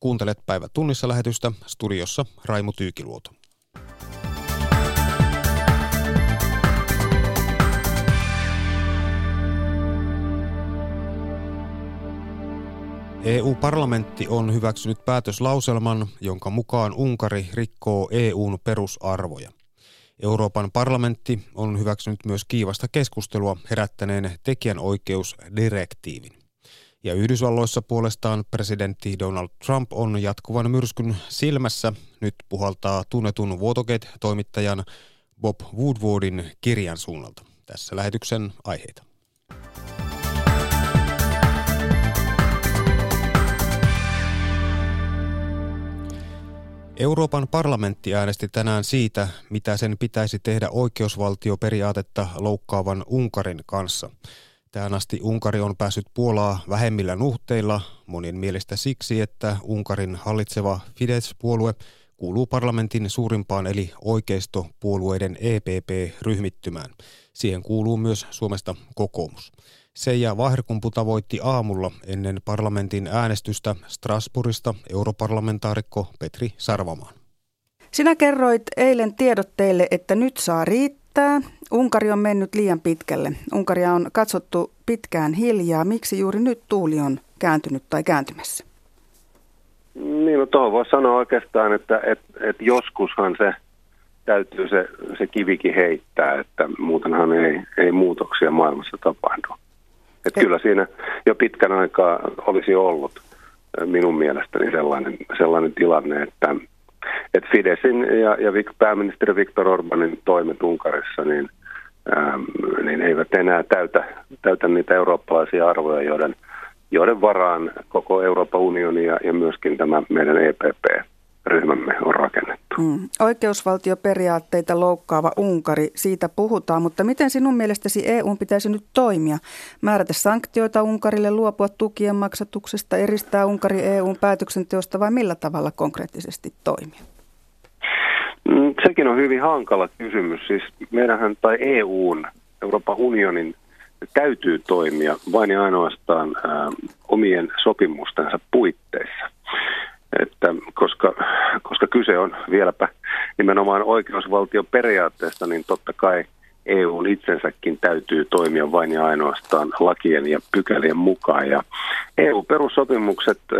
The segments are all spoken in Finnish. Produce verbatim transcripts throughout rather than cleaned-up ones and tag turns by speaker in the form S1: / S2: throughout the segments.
S1: Kuuntelet Päivä tunnissa -lähetystä, studiossa Raimo Tyykiluoto. E U-parlamentti on hyväksynyt päätöslauselman, jonka mukaan Unkari rikkoo E U:n perusarvoja. Euroopan parlamentti on hyväksynyt myös kiivasta keskustelua herättäneen tekijänoikeusdirektiivin. Ja Yhdysvalloissa puolestaan presidentti Donald Trump on jatkuvan myrskyn silmässä. Nyt puhaltaa tunnetun Watergate-toimittajan Bob Woodwardin kirjan suunnalta. Tässä lähetyksen aiheita. Euroopan parlamentti äänesti tänään siitä, mitä sen pitäisi tehdä oikeusvaltioperiaatetta loukkaavan Unkarin kanssa. Tähän asti Unkari on päässyt Puolaa vähemmillä nuhteilla, monien mielestä siksi, että Unkarin hallitseva Fidesz-puolue kuuluu parlamentin suurimpaan eli oikeistopuolueiden E P P-ryhmittymään. Siihen kuuluu myös Suomesta kokoomus. Seija Vaherkumpu tavoitti aamulla ennen parlamentin äänestystä Strasbourgista europarlamentaarikko Petri Sarvamaan.
S2: Sinä kerroit eilen tiedotteille, että nyt saa riittää. Unkari on mennyt liian pitkälle. Unkaria on katsottu pitkään hiljaa. Miksi juuri nyt tuuli on kääntynyt tai kääntymässä?
S3: Niin, no tuohon voi sanoa oikeastaan, että et, et joskushan se täytyy se, se kivikin heittää, että muutenhan ei, ei muutoksia maailmassa tapahdu. Että kyllä siinä jo pitkän aikaa olisi ollut minun mielestäni sellainen, sellainen tilanne, että, että Fideszin ja, ja pääministeri Viktor Orbanin toimet Unkarissa niin, ähm, niin eivät enää täytä, täytä niitä eurooppalaisia arvoja, joiden, joiden varaan koko Euroopan unioni ja, ja myöskin tämä meidän E P P-ryhmämme on rakennettu.
S2: Mm. Oikeusvaltioperiaatteita loukkaava Unkari, siitä puhutaan, mutta miten sinun mielestäsi E U:n pitäisi nyt toimia? Määrätä sanktioita Unkarille, luopua tukien maksatuksesta, eristää Unkari E U:n päätöksenteosta vai millä tavalla konkreettisesti toimia?
S3: Sekin on hyvin hankala kysymys. Siis meidänhän tai E U:n, Euroopan unionin, täytyy toimia vain ja ainoastaan ä, omien sopimustensa puitteissa. Että koska, koska kyse on vieläpä nimenomaan oikeusvaltioperiaatteesta, niin totta kai E U:n itsensäkin täytyy toimia vain ja ainoastaan lakien ja pykälien mukaan. Ja E U-perussopimukset äh,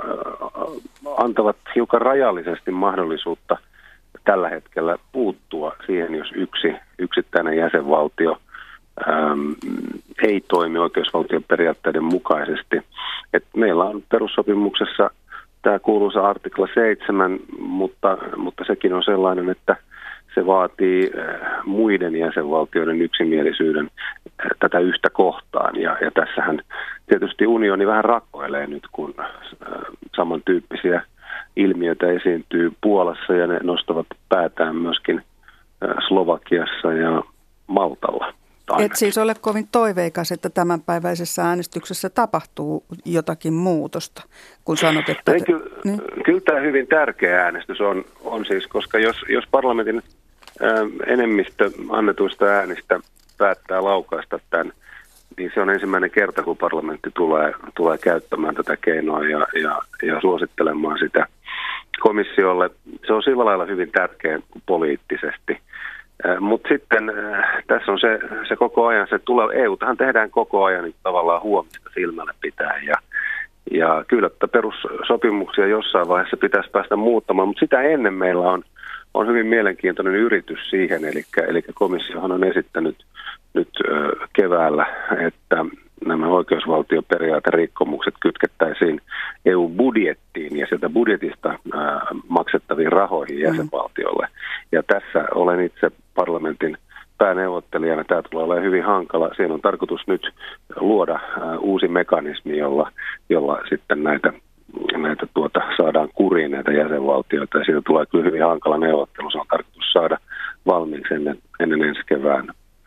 S3: antavat hiukan rajallisesti mahdollisuutta tällä hetkellä puuttua siihen, jos yksi yksittäinen jäsenvaltio ähm, ei toimi oikeusvaltioperiaatteiden mukaisesti. Et meillä on perussopimuksessa tämä kuuluisa artikla seitsemän, mutta, mutta sekin on sellainen, että se vaatii muiden jäsenvaltioiden yksimielisyyden tätä yhtä kohtaan. Ja, ja tässähän tietysti unioni vähän rakoilee nyt, kun samantyyppisiä ilmiöitä esiintyy Puolassa ja ne nostavat päätään myöskin Slovakiassa ja Maltalla.
S2: Et siis ole kovin toiveikas, että tämänpäiväisessä äänestyksessä tapahtuu jotakin muutosta, kun sanot, että...
S3: Ei, ky- niin? Kyllä tämä hyvin tärkeä äänestys on, on siis, koska jos, jos parlamentin ä, enemmistö annetuista äänistä päättää laukaista tämän, niin se on ensimmäinen kerta, kun parlamentti tulee, tulee käyttämään tätä keinoa ja, ja, ja suosittelemaan sitä komissiolle. Se on sillä lailla hyvin tärkeä poliittisesti. Mutta sitten äh, tässä on se, se koko ajan, se tulee, E U-tahan tehdään koko ajan niin tavallaan huomista silmällä pitää ja, ja kyllä että perussopimuksia jossain vaiheessa pitäisi päästä muuttamaan, mutta sitä ennen meillä on, on hyvin mielenkiintoinen yritys siihen, eli, eli komissiohan on esittänyt nyt ö, keväällä, että nämä oikeusvaltioperiaaterikkomukset kytkettäisiin E U-budjettiin ja sieltä budjetista ää, maksettaviin rahoihin jäsenvaltiolle. Ja tässä olen itse parlamentin pääneuvottelijana. Tämä tulee olemaan hyvin hankala. Siinä on tarkoitus nyt luoda ää, uusi mekanismi, jolla, jolla sitten näitä, näitä tuota, saadaan kuriin näitä jäsenvaltioita. Ja siitä tulee kyllä hyvin hankala neuvottelu. Se on tarkoitus saada valmiiksi ennen, ennen ensi kevään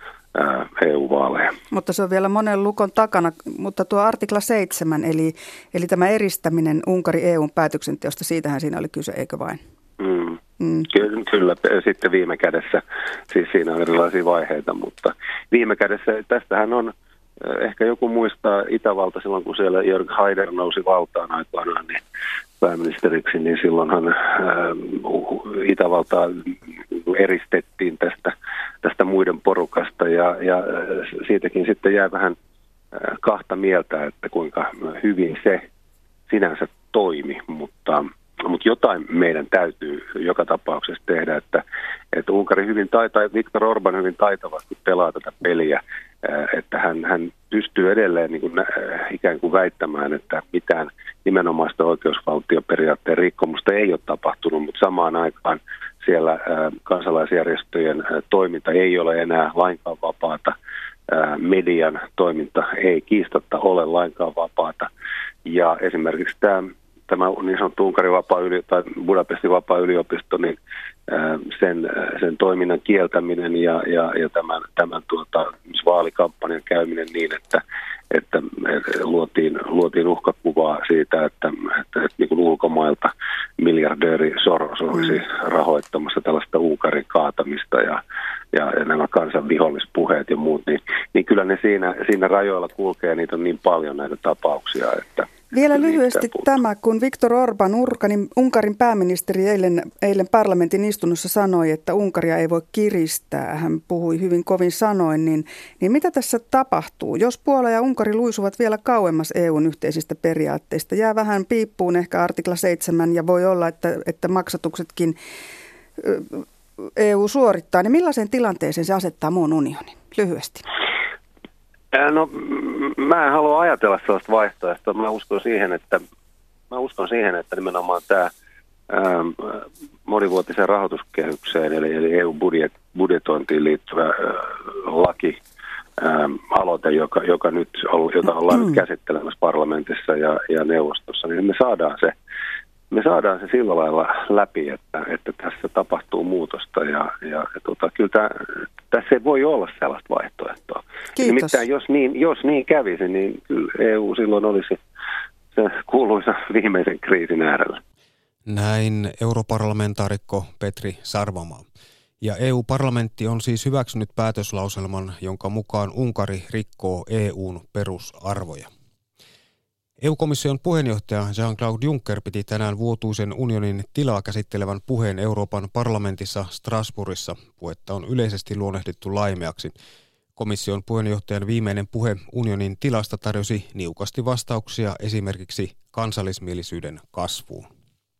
S3: E U-vaaleja.
S2: Mutta se on vielä monen lukon takana, mutta tuo artikla seitsemän, eli, eli tämä eristäminen Unkari E U:n päätöksenteosta, siitähän siinä oli kyse, eikö vain?
S3: Mm. Mm. Ky- kyllä, sitten viime kädessä, siis siinä on erilaisia vaiheita, mutta viime kädessä tästähän on, ehkä joku muistaa Itävalta silloin, kun siellä Jörg Haider nousi valtaan aikoinaan, niin pääministeriksi, niin silloinhan Itävaltaa eristettiin tästä, tästä muiden porukasta ja, ja siitäkin sitten jää vähän kahta mieltä, että kuinka hyvin se sinänsä toimi, mutta, mutta jotain meidän täytyy joka tapauksessa tehdä, että, että Unkari hyvin taitaa, Viktor Orbán hyvin taitavasti pelaa tätä peliä, että hän, hän pystyy edelleen niin kuin, ikään kuin väittämään, että mitään nimenomaista oikeusvaltioperiaatteen rikkomusta ei ole tapahtunut, mutta samaan aikaan siellä kansalaisjärjestöjen toiminta ei ole enää lainkaan vapaata, median toiminta ei kiistatta ole lainkaan vapaata. Ja esimerkiksi tämä, tämä niin sanottu Unkarin vapaa yli, tai Budapestin vapaa yliopisto, niin sen, sen toiminnan kieltäminen ja, ja, ja tämän, tämän tuota, vaalikampanjan käyminen niin, että, että luotiin, luotiin uhkakuvaa siitä, että, että, että niin kuin ulkomailta miljardööri Soros olisi rahoittamassa tällaista Unkarin kaatamista ja, ja, ja nämä kansan vihollispuheet ja muut, niin, niin kyllä ne siinä, siinä rajoilla kulkee, niitä on niin paljon näitä tapauksia, että
S2: vielä lyhyesti tämä, kun Viktor Orbán, Unkarin, Unkarin pääministeri eilen, eilen parlamentin istunnossa sanoi, että Unkaria ei voi kiristää, hän puhui hyvin kovin sanoin, niin, niin mitä tässä tapahtuu? Jos Puola ja Unkari luisuvat vielä kauemmas E U:n yhteisistä periaatteista, jää vähän piippuun ehkä artikla seitsemän ja voi olla, että, että maksatuksetkin E U suorittaa, niin millaiseen tilanteeseen se asettaa muun unionin? Lyhyesti.
S3: No, mä en halua ajatella sellaista vaihtoehtoa. Mä uskon siihen, että, mä uskon siihen, että nimenomaan tämä ää, monivuotiseen rahoituskehykseen, eli, eli E U-budjetointiin liittyvä ää, laki, ää, aloite, joka, joka nyt on, jota ollaan nyt käsittelemässä parlamentissa ja, ja neuvostossa, niin me saadaan se Me saadaan se sillä lailla läpi, että, että tässä tapahtuu muutosta ja, ja, ja tota, kyllä tämä, tässä ei voi olla sellaista vaihtoehtoa.
S2: Kiitos.
S3: Nimittäin jos niin, jos niin kävisi, niin kyllä E U silloin olisi se kuuluisa viimeisen kriisin äärellä. Näin
S1: europarlamentaarikko Petri Sarvamaa. Ja E U-parlamentti on siis hyväksynyt päätöslauselman, jonka mukaan Unkari rikkoo E U:n perusarvoja. E U-komission puheenjohtaja Jean-Claude Juncker piti tänään vuotuisen unionin tilaa käsittelevän puheen Euroopan parlamentissa Strasbourgissa. Puhetta on yleisesti luonnehdittu laimeaksi. Komission puheenjohtajan viimeinen puhe unionin tilasta tarjosi niukasti vastauksia esimerkiksi kansallismielisyyden kasvuun.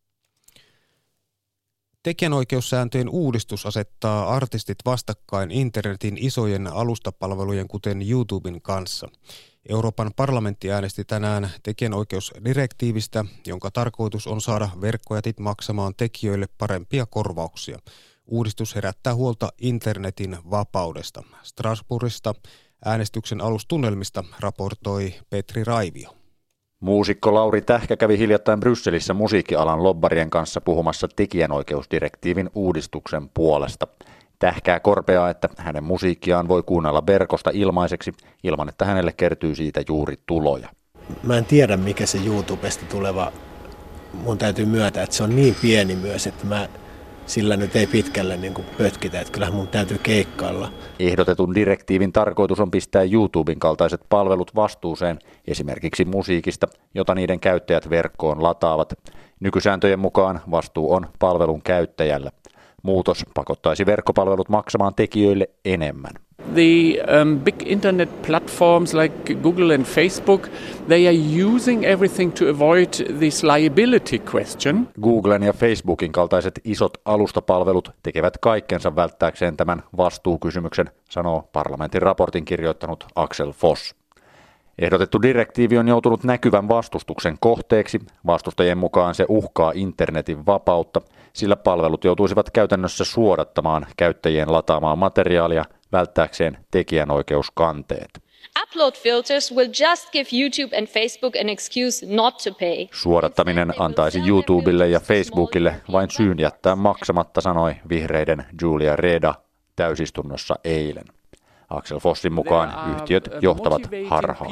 S1: Tekijänoikeussääntöjen uudistus asettaa artistit vastakkain internetin isojen alustapalvelujen kuten YouTuben kanssa. Euroopan parlamentti äänesti tänään tekijänoikeusdirektiivistä, jonka tarkoitus on saada verkkojätit maksamaan tekijöille parempia korvauksia. Uudistus herättää huolta internetin vapaudesta. Strasbourgista äänestyksen alustunnelmista raportoi Petri Raivio.
S4: Muusikko Lauri Tähkä kävi hiljattain Brysselissä musiikkialan lobbarien kanssa puhumassa tekijänoikeusdirektiivin uudistuksen puolesta. Tähkää korpeaa, että hänen musiikkiaan voi kuunnella verkosta ilmaiseksi ilman, että hänelle kertyy siitä juuri tuloja.
S5: Mä en tiedä, mikä se YouTubesta tuleva, mun täytyy myöntää, että se on niin pieni myös, että mä sillä nyt ei pitkälle niin kuin pötkitä, että kyllähän mun täytyy keikkailla.
S4: Ehdotetun direktiivin tarkoitus on pistää YouTuben kaltaiset palvelut vastuuseen esimerkiksi musiikista, jota niiden käyttäjät verkkoon lataavat. Nykysääntöjen mukaan vastuu on palvelun käyttäjällä. Muutos pakottaisi verkkopalvelut maksamaan tekijöille enemmän.
S6: The um, big internet platforms like Google and Facebook, they are using everything to avoid this liability question.
S4: Googlen ja Facebookin kaltaiset isot alustapalvelut tekevät kaikkensa välttääkseen tämän vastuukysymyksen, sanoo parlamentin raportin kirjoittanut Axel Voss. Ehdotettu direktiivi on joutunut näkyvän vastustuksen kohteeksi. Vastustajien mukaan se uhkaa internetin vapautta, sillä palvelut joutuisivat käytännössä suodattamaan käyttäjien lataamaa materiaalia välttääkseen tekijänoikeuskanteet.
S7: Upload filters will just give YouTube and Facebook an excuse not to pay.
S4: Suodattaminen antaisi YouTubelle ja Facebookille vain syyn jättää maksamatta, sanoi vihreiden Julia Reda täysistunnossa eilen. Axel Vossin mukaan yhtiöt johtavat harhaan.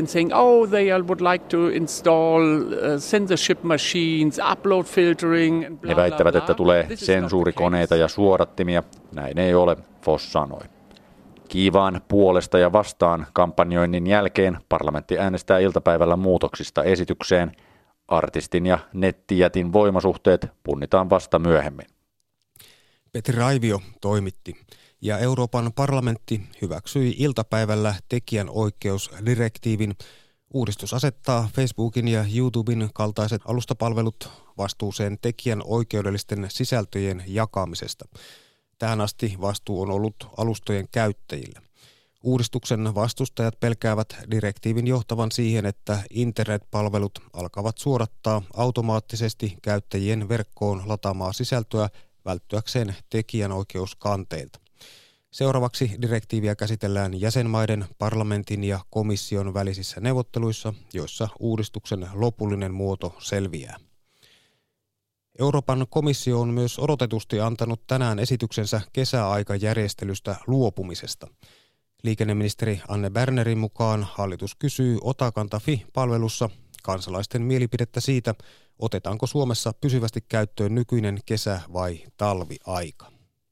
S4: Ne väittävät, että tulee sensuurikoneita ja suodattimia. Näin ei ole, Voss sanoi. Kiivaan puolesta ja vastaan kampanjoinnin jälkeen parlamentti äänestää iltapäivällä muutoksista esitykseen. Artistin ja nettijätin voimasuhteet punnitaan vasta myöhemmin.
S1: Petri Raivio toimitti ja Euroopan parlamentti hyväksyi iltapäivällä tekijänoikeusdirektiivin. Uudistus asettaa Facebookin ja YouTuben kaltaiset alustapalvelut vastuuseen tekijän oikeudellisten sisältöjen jakamisesta. Tähän asti vastuu on ollut alustojen käyttäjillä. Uudistuksen vastustajat pelkäävät direktiivin johtavan siihen, että internetpalvelut alkavat suodattaa automaattisesti käyttäjien verkkoon lataamaa sisältöä välttyäkseen tekijänoikeuskanteilta. Seuraavaksi direktiiviä käsitellään jäsenmaiden, parlamentin ja komission välisissä neuvotteluissa, joissa uudistuksen lopullinen muoto selviää. Euroopan komissio on myös odotetusti antanut tänään esityksensä kesäaikajärjestelystä luopumisesta. Liikenneministeri Anne Bernerin mukaan hallitus kysyy Otakanta Fi-palvelussa kansalaisten mielipidettä siitä, otetaanko Suomessa pysyvästi käyttöön nykyinen kesä- vai talviaika.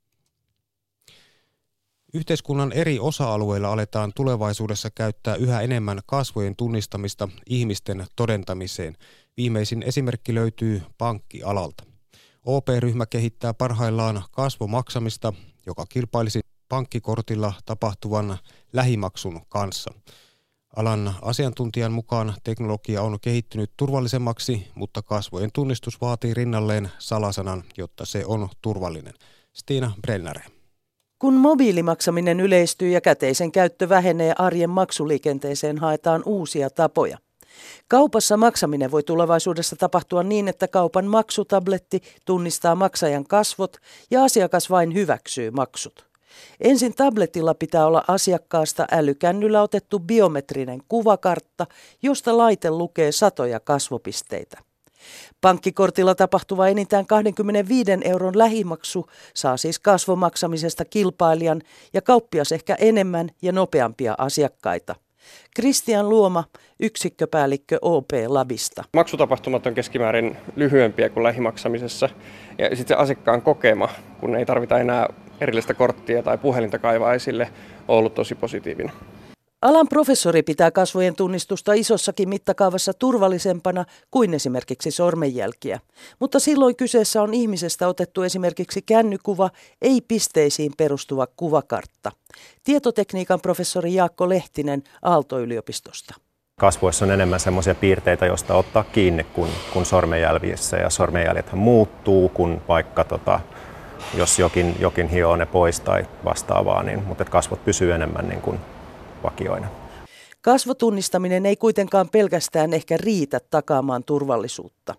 S1: Yhteiskunnan eri osa-alueilla aletaan tulevaisuudessa käyttää yhä enemmän kasvojen tunnistamista ihmisten todentamiseen. Viimeisin esimerkki löytyy pankkialalta. O P-ryhmä kehittää parhaillaan kasvomaksamista, joka kilpailisi pankkikortilla tapahtuvan lähimaksun kanssa. Alan asiantuntijan mukaan teknologia on kehittynyt turvallisemmaksi, mutta kasvojen tunnistus vaatii rinnalleen salasanan, jotta se on turvallinen. Stina Brenner.
S8: Kun mobiilimaksaminen yleistyy ja käteisen käyttö vähenee, arjen maksuliikenteeseen haetaan uusia tapoja. Kaupassa maksaminen voi tulevaisuudessa tapahtua niin, että kaupan maksutabletti tunnistaa maksajan kasvot ja asiakas vain hyväksyy maksut. Ensin tabletilla pitää olla asiakkaasta älykännyllä otettu biometrinen kuvakartta, josta laite lukee satoja kasvopisteitä. Pankkikortilla tapahtuva enintään kaksikymmentäviisi euron lähimaksu saa siis kasvomaksamisesta kilpailijan ja kauppias ehkä enemmän ja nopeampia asiakkaita. Kristian Luoma, yksikköpäällikkö O P-labista.
S9: Maksutapahtumat on keskimäärin lyhyempiä kuin lähimaksamisessa ja sitten se asiakkaan kokema, kun ei tarvita enää erillistä korttia tai puhelinta kaivaa esille, on ollut tosi positiivinen.
S8: Alan professori pitää kasvojen tunnistusta isossakin mittakaavassa turvallisempana kuin esimerkiksi sormenjälkiä. Mutta silloin kyseessä on ihmisestä otettu esimerkiksi kännykuva, ei pisteisiin perustuva kuvakartta. Tietotekniikan professori Jaakko Lehtinen Aalto-yliopistosta.
S10: Kasvoissa on enemmän sellaisia piirteitä, joista ottaa kiinni kuin, kuin sormenjäljissä. Ja sormenjäljethän muuttuu, kun vaikka tota, jos jokin, jokin hioo ne pois tai vastaavaa, niin, mutta kasvot pysyy enemmän niin kuin vakioina.
S8: Kasvotunnistaminen ei kuitenkaan pelkästään ehkä riitä takaamaan turvallisuutta.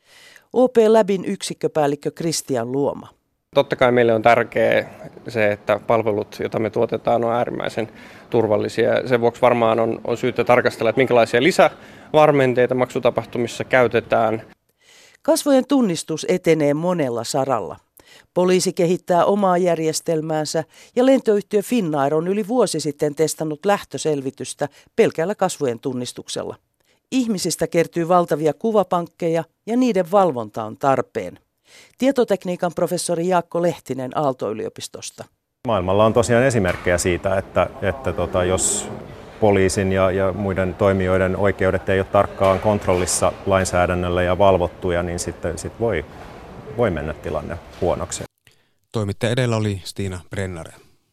S8: O P-labin yksikköpäällikkö Kristian Luoma.
S9: Totta kai meille on tärkeää se, että palvelut, joita me tuotetaan, on äärimmäisen turvallisia. Sen vuoksi varmaan on, on syytä tarkastella, että minkälaisia lisävarmenteita maksutapahtumissa käytetään.
S8: Kasvojen tunnistus etenee monella saralla. Poliisi kehittää omaa järjestelmäänsä ja lentoyhtiö Finnair on yli vuosi sitten testannut lähtöselvitystä pelkällä kasvojen tunnistuksella. Ihmisistä kertyy valtavia kuvapankkeja ja niiden valvonta on tarpeen. Tietotekniikan professori Jaakko Lehtinen Aalto-yliopistosta.
S10: Maailmalla on tosiaan esimerkkejä siitä, että, että tota, jos poliisin ja, ja muiden toimijoiden oikeudet ei ole tarkkaan kontrollissa lainsäädännöllä ja valvottuja, niin sitten sit voi, voi mennä tilanne huonoksi.
S1: Toimittaja edellä oli Stina Brenner.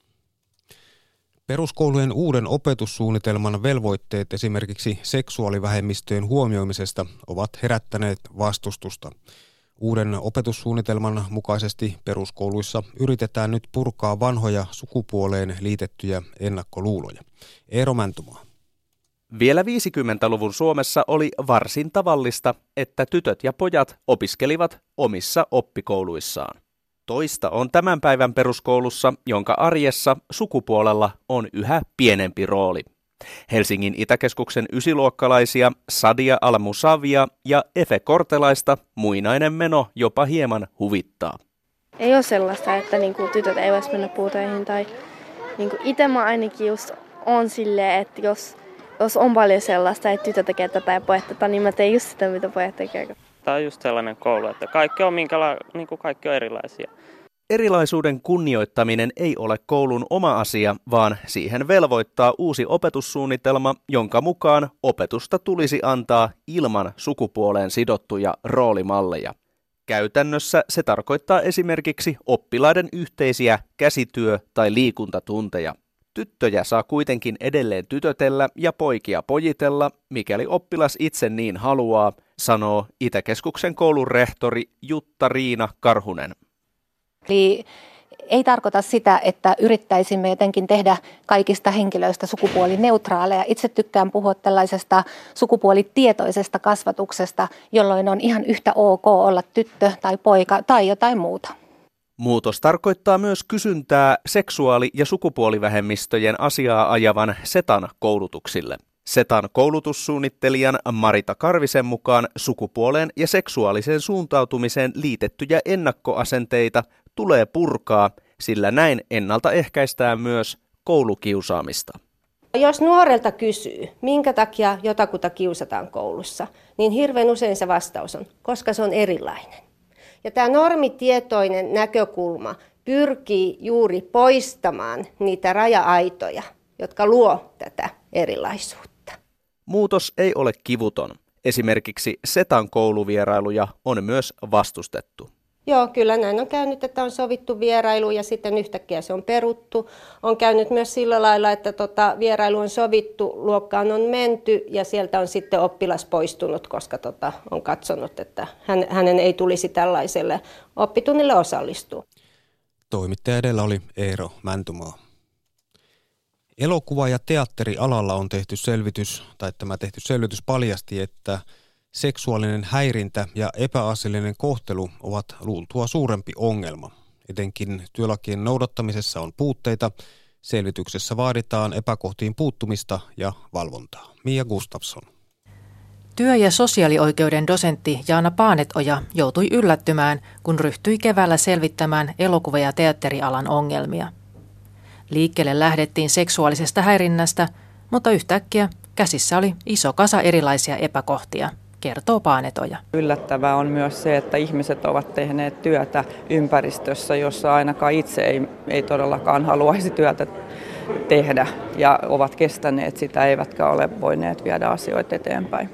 S1: Peruskoulujen uuden opetussuunnitelman velvoitteet esimerkiksi seksuaalivähemmistöjen huomioimisesta ovat herättäneet vastustusta. Uuden opetussuunnitelman mukaisesti peruskouluissa yritetään nyt purkaa vanhoja sukupuoleen liitettyjä ennakkoluuloja. Eero Mäntymaa.
S11: Vielä viisikymmentäluvun Suomessa oli varsin tavallista, että tytöt ja pojat opiskelivat omissa oppikouluissaan. Toista on tämän päivän peruskoulussa, jonka arjessa sukupuolella on yhä pienempi rooli. Helsingin Itäkeskuksen ysiluokkalaisia Sadia Al-Musavia ja Efe Kortelaista muinainen meno jopa hieman huvittaa.
S12: Ei ole sellaista, että niinku tytöt eivät mennä puutöihin. Tai niinku itse mä ainakin just on silleen, että jos, jos on paljon sellaista, että tytö tekee tätä ja pojat tätä, niin mä teen just sitä, mitä pojat tekee.
S13: Tämä on just sellainen koulu, että kaikki on, minkäla- niinku kaikki on erilaisia.
S11: Erilaisuuden kunnioittaminen ei ole koulun oma asia, vaan siihen velvoittaa uusi opetussuunnitelma, jonka mukaan opetusta tulisi antaa ilman sukupuoleen sidottuja roolimalleja. Käytännössä se tarkoittaa esimerkiksi oppilaiden yhteisiä käsityö- tai liikuntatunteja. Tyttöjä saa kuitenkin edelleen tytötellä ja poikia pojitella, mikäli oppilas itse niin haluaa, sanoo Itäkeskuksen koulun rehtori Jutta-Riina Karhunen.
S13: Eli ei tarkoita sitä, että yrittäisimme jotenkin tehdä kaikista henkilöistä sukupuolineutraaleja. Itse tykkään puhua tällaisesta sukupuolitietoisesta kasvatuksesta, jolloin on ihan yhtä ok olla tyttö tai poika tai jotain muuta.
S11: Muutos tarkoittaa myös kysyntää seksuaali- ja sukupuolivähemmistöjen asiaa ajavan SETAn koulutuksille. SETAn koulutussuunnittelijan Marita Karvisen mukaan sukupuoleen ja seksuaaliseen suuntautumiseen liitettyjä ennakkoasenteita tulee purkaa, sillä näin ennaltaehkäistään myös koulukiusaamista.
S14: Jos nuorelta kysyy, minkä takia jotakuta kiusataan koulussa, niin hirveän usein se vastaus on, koska se on erilainen. Ja tämä normitietoinen näkökulma pyrkii juuri poistamaan niitä raja-aitoja, jotka luo tätä erilaisuutta.
S11: Muutos ei ole kivuton. Esimerkiksi SETAn kouluvierailuja on myös vastustettu.
S14: Joo, kyllä näin on käynyt, että on sovittu vierailu ja sitten yhtäkkiä se on peruttu. On käynyt myös sillä lailla, että tota, vierailu on sovittu, luokkaan on menty ja sieltä on sitten oppilas poistunut, koska tota, on katsonut, että hän, hänen ei tulisi tällaiselle oppitunnille osallistua.
S1: Toimittaja edellä oli Eero Mäntymaa. Elokuva- ja teatterialalla on tehty selvitys, tai tämä tehty selvitys paljasti, että seksuaalinen häirintä ja epäasiallinen kohtelu ovat luultua suurempi ongelma. Etenkin työlakien noudattamisessa on puutteita. Selvityksessä vaaditaan epäkohtiin puuttumista ja valvontaa. Mia Gustafsson.
S15: Työ- ja sosiaalioikeuden dosentti Jaana Paanetoja joutui yllättymään, kun ryhtyi keväällä selvittämään elokuva- ja teatterialan ongelmia. Liikkeelle lähdettiin seksuaalisesta häirinnästä, mutta yhtäkkiä käsissä oli iso kasa erilaisia epäkohtia, kertoo Paanetoja.
S16: Yllättävää on myös se, että ihmiset ovat tehneet työtä ympäristössä, jossa ainakaan itse ei, ei todellakaan haluaisi työtä tehdä ja ovat kestäneet sitä, eivätkä ole voineet viedä asioita eteenpäin.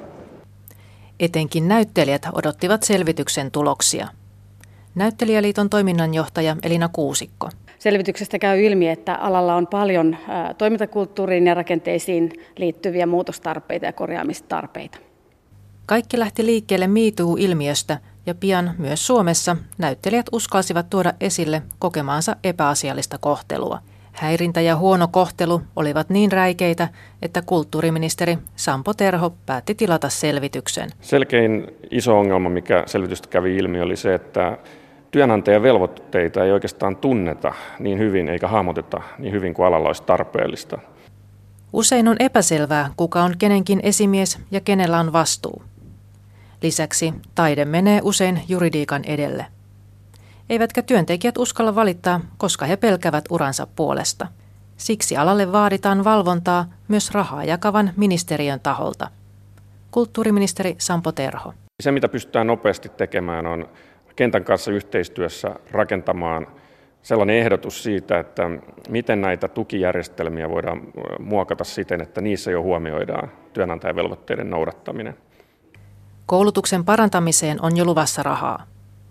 S15: Etenkin näyttelijät odottivat selvityksen tuloksia. Näyttelijäliiton toiminnanjohtaja Elina Kuusikko.
S17: Selvityksestä käy ilmi, että alalla on paljon toimintakulttuuriin ja rakenteisiin liittyviä muutostarpeita ja korjaamistarpeita.
S15: Kaikki lähti liikkeelle Me Too-ilmiöstä ja pian myös Suomessa näyttelijät uskalsivat tuoda esille kokemaansa epäasiallista kohtelua. Häirintä ja huono kohtelu olivat niin räikeitä, että kulttuuriministeri Sampo Terho päätti tilata selvityksen.
S18: Selkein iso ongelma, mikä selvitystä kävi ilmi, oli se, että työnantajan velvoitteita ei oikeastaan tunneta niin hyvin eikä hahmoteta niin hyvin kuin alalla olisi tarpeellista.
S15: Usein on epäselvää, kuka on kenenkin esimies ja kenellä on vastuu. Lisäksi taide menee usein juridiikan edelle. Eivätkä työntekijät uskalla valittaa, koska he pelkävät uransa puolesta. Siksi alalle vaaditaan valvontaa myös rahaa jakavan ministeriön taholta. Kulttuuriministeri Sampo Terho.
S18: Se, mitä pystytään nopeasti tekemään, on kentän kanssa yhteistyössä rakentamaan sellainen ehdotus siitä, että miten näitä tukijärjestelmiä voidaan muokata siten, että niissä jo huomioidaan työnantajan velvoitteiden noudattaminen.
S15: Koulutuksen parantamiseen on jo luvassa rahaa.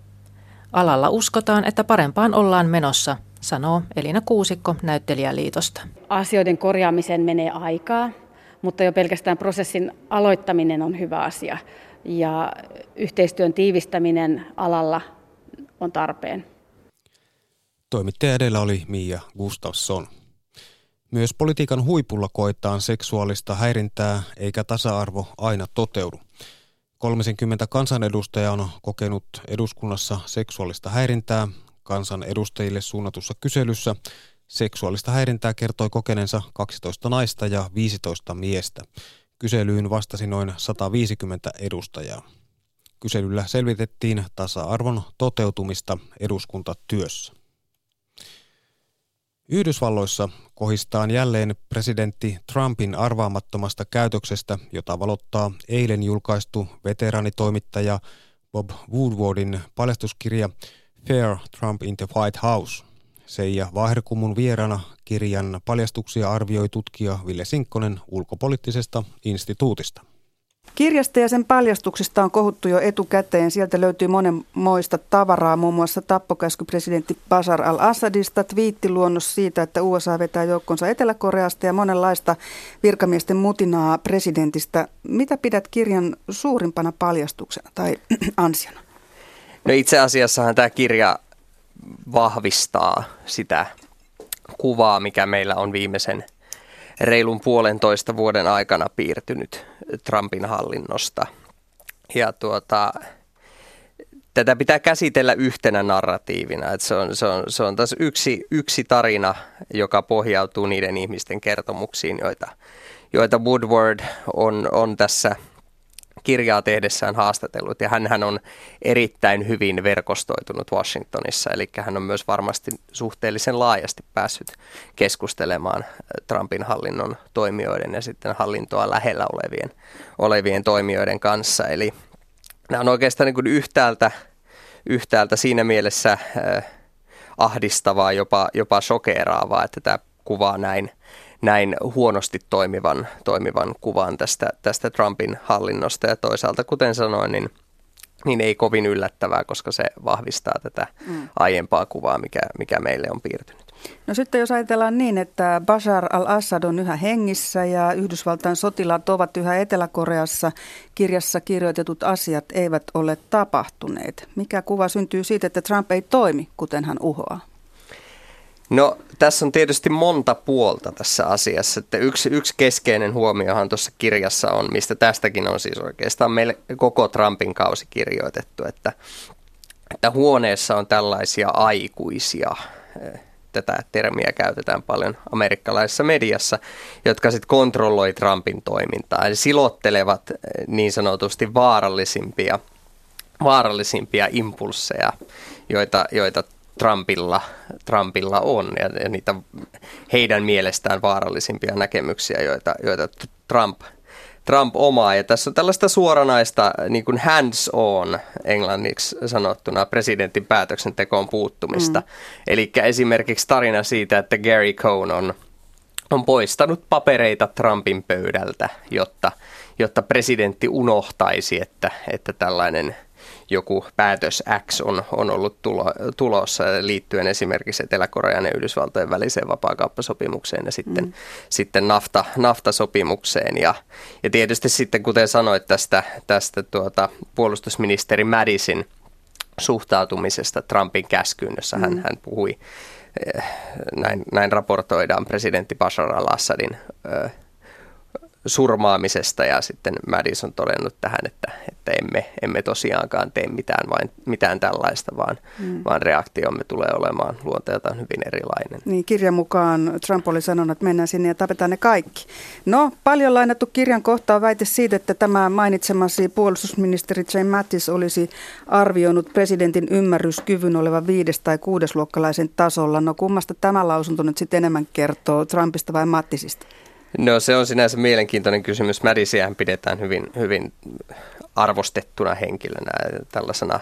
S15: Alalla uskotaan, että parempaan ollaan menossa, sanoo Elina Kuusikko Näyttelijäliitosta.
S17: Asioiden korjaamiseen menee aikaa, mutta jo pelkästään prosessin aloittaminen on hyvä asia. Ja yhteistyön tiivistäminen alalla on tarpeen.
S1: Toimittaja edellä oli Mia Gustafsson. Myös politiikan huipulla koetaan seksuaalista häirintää, eikä tasa-arvo aina toteudu. kolmekymmentä kansanedustajaa on kokenut eduskunnassa seksuaalista häirintää. Kansanedustajille suunnatussa kyselyssä seksuaalista häirintää kertoi kokeneensa kaksitoista naista ja viisitoista miestä. Kyselyyn vastasi noin sata viisikymmentä edustajaa. Kyselyllä selvitettiin tasa-arvon toteutumista eduskuntatyössä. Yhdysvalloissa kohistaan jälleen presidentti Trumpin arvaamattomasta käytöksestä, jota valottaa eilen julkaistu veteraanitoimittaja Bob Woodwardin paljastuskirja Fair Trump in the White House. Seija Vaherkumun vieraana kirjan paljastuksia arvioi tutkija Ville Sinkkonen ulkopoliittisesta instituutista.
S2: Kirjasta ja sen paljastuksista on kohuttu jo etukäteen. Sieltä löytyy monenmoista tavaraa, muun muassa tappokäsky presidentti Bashar al-Assadista, twiittiluonnos siitä, että U S A vetää joukkonsa Etelä-Koreasta ja monenlaista virkamiesten mutinaa presidentistä. Mitä pidät kirjan suurimpana paljastuksena tai ansiona?
S19: No itse asiassahan tämä kirja vahvistaa sitä kuvaa, mikä meillä on viimeisen reilun puolentoista vuoden aikana piirtynyt Trumpin hallinnosta. Ja tuota, tätä pitää käsitellä yhtenä narratiivina. Että se on, se on, se on taas yksi, yksi tarina, joka pohjautuu niiden ihmisten kertomuksiin, joita, joita Woodward on, on tässä kirjaa tehdessään haastatellut. Ja hänhän on erittäin hyvin verkostoitunut Washingtonissa, eli hän on myös varmasti suhteellisen laajasti päässyt keskustelemaan Trumpin hallinnon toimijoiden ja sitten hallintoa lähellä olevien, olevien toimijoiden kanssa. Eli nämä on oikeastaan niin kuin yhtäältä, yhtäältä siinä mielessä äh, ahdistavaa, jopa, jopa shokeeraavaa, että tämä kuvaa näin, näin huonosti toimivan, toimivan kuvan tästä, tästä Trumpin hallinnosta ja toisaalta, kuten sanoin, niin, niin ei kovin yllättävää, koska se vahvistaa tätä mm. aiempaa kuvaa, mikä, mikä meille on piirtynyt.
S2: No sitten jos ajatellaan niin, että Bashar al-Assad on yhä hengissä ja Yhdysvaltain sotilaat ovat yhä Etelä-Koreassa, kirjassa kirjoitetut asiat eivät ole tapahtuneet. Mikä kuva syntyy siitä, että Trump ei toimi, kuten hän uhoaa?
S19: No tässä on tietysti monta puolta tässä asiassa. Että yksi, yksi keskeinen huomiohan tuossa kirjassa on, mistä tästäkin on siis oikeastaan meille koko Trumpin kausi kirjoitettu, että, että huoneessa on tällaisia aikuisia, tätä termiä käytetään paljon amerikkalaisessa mediassa, jotka sitten kontrolloi Trumpin toimintaa. Eli silottelevat niin sanotusti vaarallisimpia, vaarallisimpia impulsseja, joita, joita Trumpilla, Trumpilla on ja, ja niitä heidän mielestään vaarallisimpia näkemyksiä, joita, joita Trump, Trump omaa. Ja tässä on tällaista suoranaista niin kuin hands-on englanniksi sanottuna presidentin päätöksentekoon puuttumista. Mm. Eli esimerkiksi tarina siitä, että Gary Cohn on, on poistanut papereita Trumpin pöydältä, jotta, jotta presidentti unohtaisi, että, että tällainen joku päätös X on, on ollut tulo, tulossa liittyen esimerkiksi Etelä-Korean ja Yhdysvaltojen väliseen vapaakauppasopimukseen ja sitten, mm. sitten NAFTA, NAFTA-sopimukseen. Ja, ja tietysti sitten, kuten sanoit tästä, tästä tuota, puolustusministeri Madisin suhtautumisesta Trumpin käskyyn, jossa mm. hän, hän puhui, näin, näin raportoidaan presidentti Bashar al-Assadin ö, surmaamisesta ja sitten Madison on todennut tähän, että, että emme, emme tosiaankaan tee mitään, vain, mitään tällaista, vaan, mm. vaan reaktiomme tulee olemaan luonteeltaan hyvin erilainen.
S2: Niin, kirjan mukaan Trump oli sanonut, että mennään sinne ja tapetaan ne kaikki. No, paljon lainattu kirjan kohta on väite siitä, että tämä mainitsemasi puolustusministeri Jim Mattis olisi arvioinut presidentin ymmärryskyvyn olevan viides- tai kuudesluokkalaisen tasolla. No, kummasta tämä lausunto nyt sitten enemmän kertoo, Trumpista vai Mattisista?
S19: No se on sinänsä mielenkiintoinen kysymys. Madisiähän pidetään hyvin, hyvin arvostettuna henkilönä, tällaisena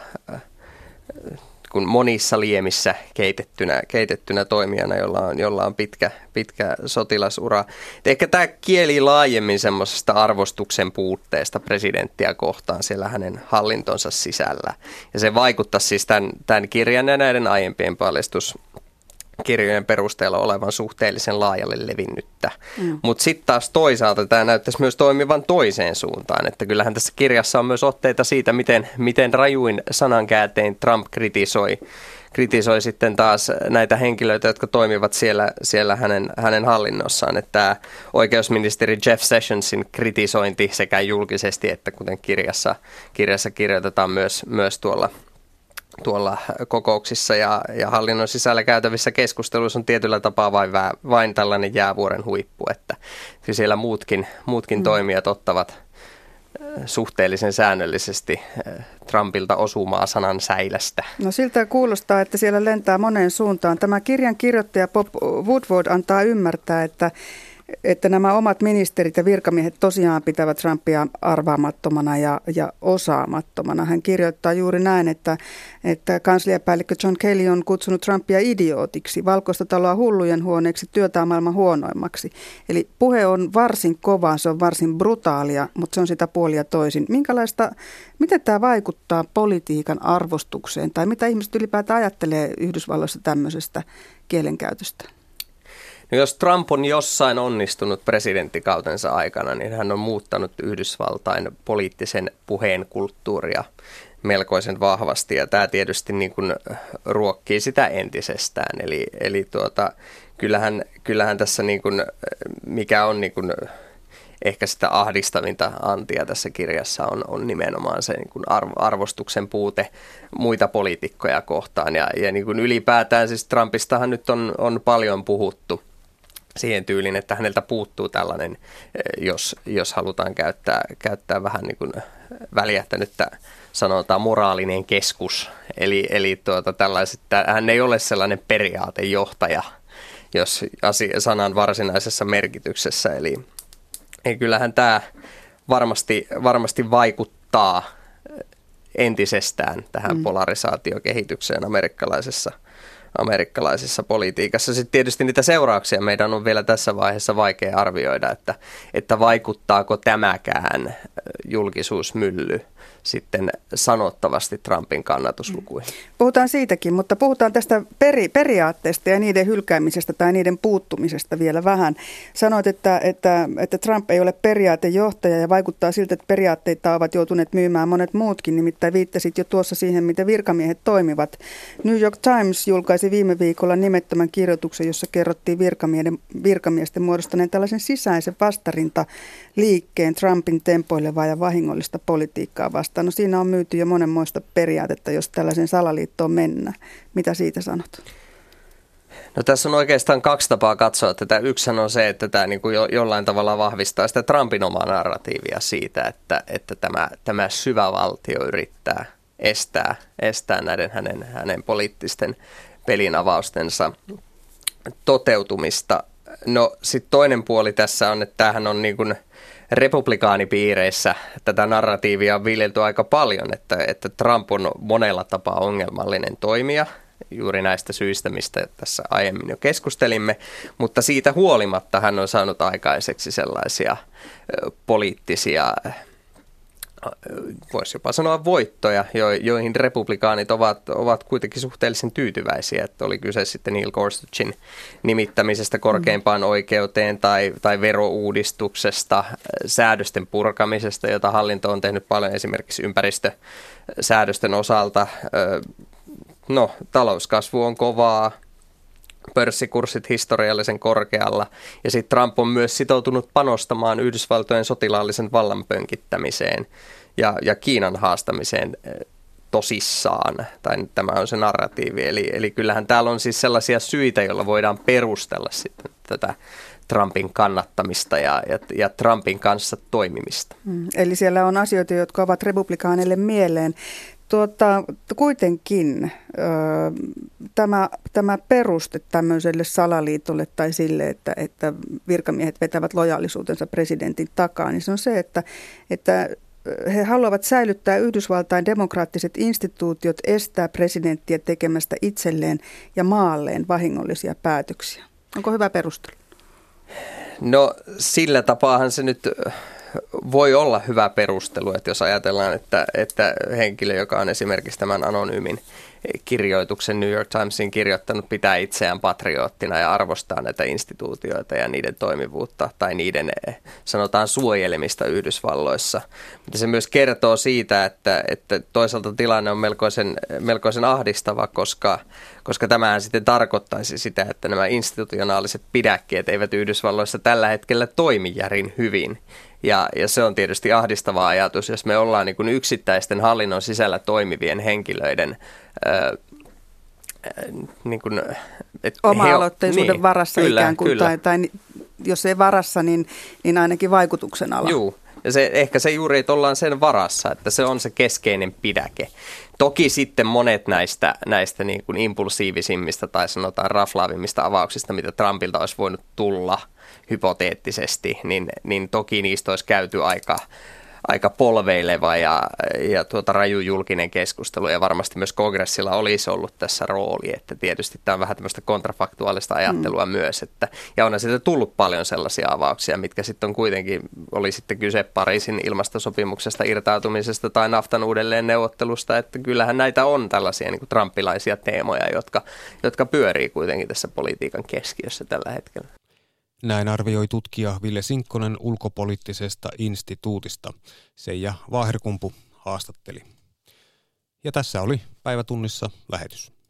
S19: kun monissa liemissä keitettynä, keitettynä toimijana, jolla on, jolla on pitkä, pitkä sotilasura. Et ehkä tämä kieli laajemmin semmoisesta arvostuksen puutteesta presidenttiä kohtaan siellä hänen hallintonsa sisällä. Ja se vaikuttaa siis tämän, tämän kirjan ja näiden aiempien paljastus kirjojen perusteella olevan suhteellisen laajalle levinnyttä. Mm. Mutta sitten taas toisaalta tämä näyttäisi myös toimivan toiseen suuntaan, että kyllähän tässä kirjassa on myös otteita siitä, miten, miten rajuin sanankääntein Trump kritisoi, kritisoi sitten taas näitä henkilöitä, jotka toimivat siellä, siellä hänen, hänen hallinnossaan. Että tämä oikeusministeri Jeff Sessionsin kritisointi sekä julkisesti että kuten kirjassa, kirjassa kirjoitetaan myös, myös tuolla tuolla kokouksissa ja, ja hallinnon sisällä käytävissä keskusteluissa on tietyllä tapaa vain, vain tällainen jäävuoren huippu, että siellä muutkin, muutkin mm. toimijat ottavat suhteellisen säännöllisesti Trumpilta osumaa sanan säilästä.
S2: No siltä kuulostaa, että siellä lentää moneen suuntaan. Tämä kirjan kirjoittaja Bob Woodward antaa ymmärtää, että että nämä omat ministerit ja virkamiehet tosiaan pitävät Trumpia arvaamattomana ja, ja osaamattomana. Hän kirjoittaa juuri näin, että, että kansliapäällikkö John Kelly on kutsunut Trumpia idiootiksi, valkoista taloa hullujen huoneeksi, työtä maailman huonoimmaksi. Eli puhe on varsin kovaa, se on varsin brutaalia, mutta se on sitä puolia toisin. Minkälaista, miten tämä vaikuttaa politiikan arvostukseen tai mitä ihmiset ylipäätään ajattelee Yhdysvalloissa tämmöisestä kielenkäytöstä?
S19: No jos Trump on jossain onnistunut presidenttikautensa aikana, niin hän on muuttanut Yhdysvaltain poliittisen puheen kulttuuria melkoisen vahvasti, ja tämä tietysti niin kuin ruokkii sitä entisestään. Eli, eli tuota, kyllähän, kyllähän tässä, niin kuin, mikä on niin kuin ehkä sitä ahdistavinta antia tässä kirjassa, on, on nimenomaan se niin kuin arvostuksen puute muita poliitikkoja kohtaan. Ja, ja niin kuin ylipäätään siis Trumpistahan nyt on, on paljon puhuttu siihen tyyliin, että häneltä puuttuu tällainen, jos, jos halutaan käyttää, käyttää vähän niin kuin väljähtänyttä, sanotaan moraalinen keskus. Eli, eli tuota, tällaiset, hän ei ole sellainen periaatejohtaja, jos asia, sanan varsinaisessa merkityksessä. Eli, eli kyllähän tämä varmasti, varmasti vaikuttaa entisestään tähän mm. polarisaatiokehitykseen amerikkalaisessa amerikkalaisessa politiikassa. Sitten tietysti niitä seurauksia meidän on vielä tässä vaiheessa vaikea arvioida, että, että vaikuttaako tämäkään julkisuusmylly sitten sanottavasti Trumpin kannatuslukuihin.
S2: Puhutaan siitäkin, mutta puhutaan tästä peri- periaatteesta ja niiden hylkäämisestä tai niiden puuttumisesta vielä vähän. Sanoit, että, että, että Trump ei ole periaatejohtaja ja vaikuttaa siltä, että periaatteita ovat joutuneet myymään monet muutkin. Nimittäin viittasit jo tuossa siihen, miten virkamiehet toimivat. New York Times julkaisi viime viikolla nimettömän kirjoituksen, jossa kerrottiin virkamiesten muodostaneen tällaisen sisäisen vastarintaliikkeen Trumpin tempoilevaa ja vahingollista politiikkaa vastaan. No siinä on myyty jo monenmoista periaatetta, jos tällaisen salaliittoon mennään. Mitä siitä sanot?
S19: No tässä on oikeastaan kaksi tapaa katsoa tätä. Yksi on se, että tämä niin kuin jo, jollain tavalla vahvistaa sitä Trumpin omaa narratiivia siitä, että, että tämä, tämä syvä valtio yrittää estää, estää näiden hänen, hänen poliittisten pelinavaustensa toteutumista. No sitten toinen puoli tässä on, että tämähän on niin kuin republikaanipiireissä tätä narratiivia on viljelty aika paljon, että, että Trump on monella tapaa ongelmallinen toimija, juuri näistä syistä, mistä tässä aiemmin jo keskustelimme, mutta siitä huolimatta hän on saanut aikaiseksi sellaisia ö, poliittisia, voisi jopa sanoa voittoja, jo, joihin republikaanit ovat, ovat kuitenkin suhteellisen tyytyväisiä, että oli kyse sitten Neil Gorsuchin nimittämisestä korkeimpaan oikeuteen tai, tai verouudistuksesta, säädösten purkamisesta, jota hallinto on tehnyt paljon esimerkiksi ympäristösäädösten osalta. No, talouskasvu on kovaa, pörssikurssit historiallisen korkealla ja sitten Trump on myös sitoutunut panostamaan Yhdysvaltojen sotilaallisen vallan pönkittämiseen ja, ja Kiinan haastamiseen tosissaan, tai tämä on se narratiivi. Eli, eli kyllähän täällä on siis sellaisia syitä, joilla voidaan perustella sitten tätä Trumpin kannattamista ja, ja, ja Trumpin kanssa toimimista.
S2: Mm, eli siellä on asioita, jotka ovat republikaaneille mieleen. Tuota, kuitenkin ö, tämä, tämä peruste tämmöiselle salaliitolle tai sille, että, että virkamiehet vetävät lojaalisuutensa presidentin takaa, niin se on se, että, että he haluavat säilyttää Yhdysvaltain demokraattiset instituutiot, estää presidenttiä tekemästä itselleen ja maalleen vahingollisia päätöksiä. Onko hyvä perustelu?
S19: No sillä tapaahan se nyt voi olla hyvä perustelu, että jos ajatellaan, että, että henkilö, joka on esimerkiksi tämän anonyymin kirjoituksen New York Timesin kirjoittanut, pitää itseään patrioottina ja arvostaa näitä instituutioita ja niiden toimivuutta tai niiden, sanotaan, suojelemista Yhdysvalloissa. Mutta se myös kertoo siitä, että, että toisaalta tilanne on melkoisen, melkoisen ahdistava, koska, koska tämähän sitten tarkoittaisi sitä, että nämä institutionaaliset pidäkkeet eivät Yhdysvalloissa tällä hetkellä toimi järin hyvin. Ja, ja se on tietysti ahdistava ajatus, jos me ollaan niin kuin yksittäisten hallinnon sisällä toimivien henkilöiden ää, niin kuin,
S2: et oma-aloitteisuuden
S19: niin,
S2: varassa
S19: kyllä,
S2: ikään kuin, tai, tai jos ei varassa, niin, niin ainakin vaikutuksen alla.
S19: Joo, ja se, ehkä se juuri, että ollaan sen varassa, että se on se keskeinen pidäke. Toki sitten monet näistä, näistä niin kuin impulsiivisimmista tai sanotaan raflaavimmista avauksista, mitä Trumpilta olisi voinut tulla hypoteettisesti, niin, niin toki niistä olisi käyty aika, aika polveileva ja, ja tuota raju julkinen keskustelu, ja varmasti myös kongressilla olisi ollut tässä rooli, että tietysti tämä on vähän tämmöistä kontrafaktuaalista ajattelua mm. myös, että, ja onhan sitten tullut paljon sellaisia avauksia, mitkä sitten on kuitenkin, oli sitten kyse Pariisin ilmastosopimuksesta irtautumisesta tai naftan uudelleen neuvottelusta, että kyllähän näitä on tällaisia niin kuin trumpilaisia teemoja, jotka, jotka pyörii kuitenkin tässä politiikan keskiössä tällä hetkellä.
S1: Näin arvioi tutkija Ville Sinkkonen ulkopoliittisesta instituutista. Seija Vaaherkumpu haastatteli. Ja tässä oli Päivätunnissa lähetys.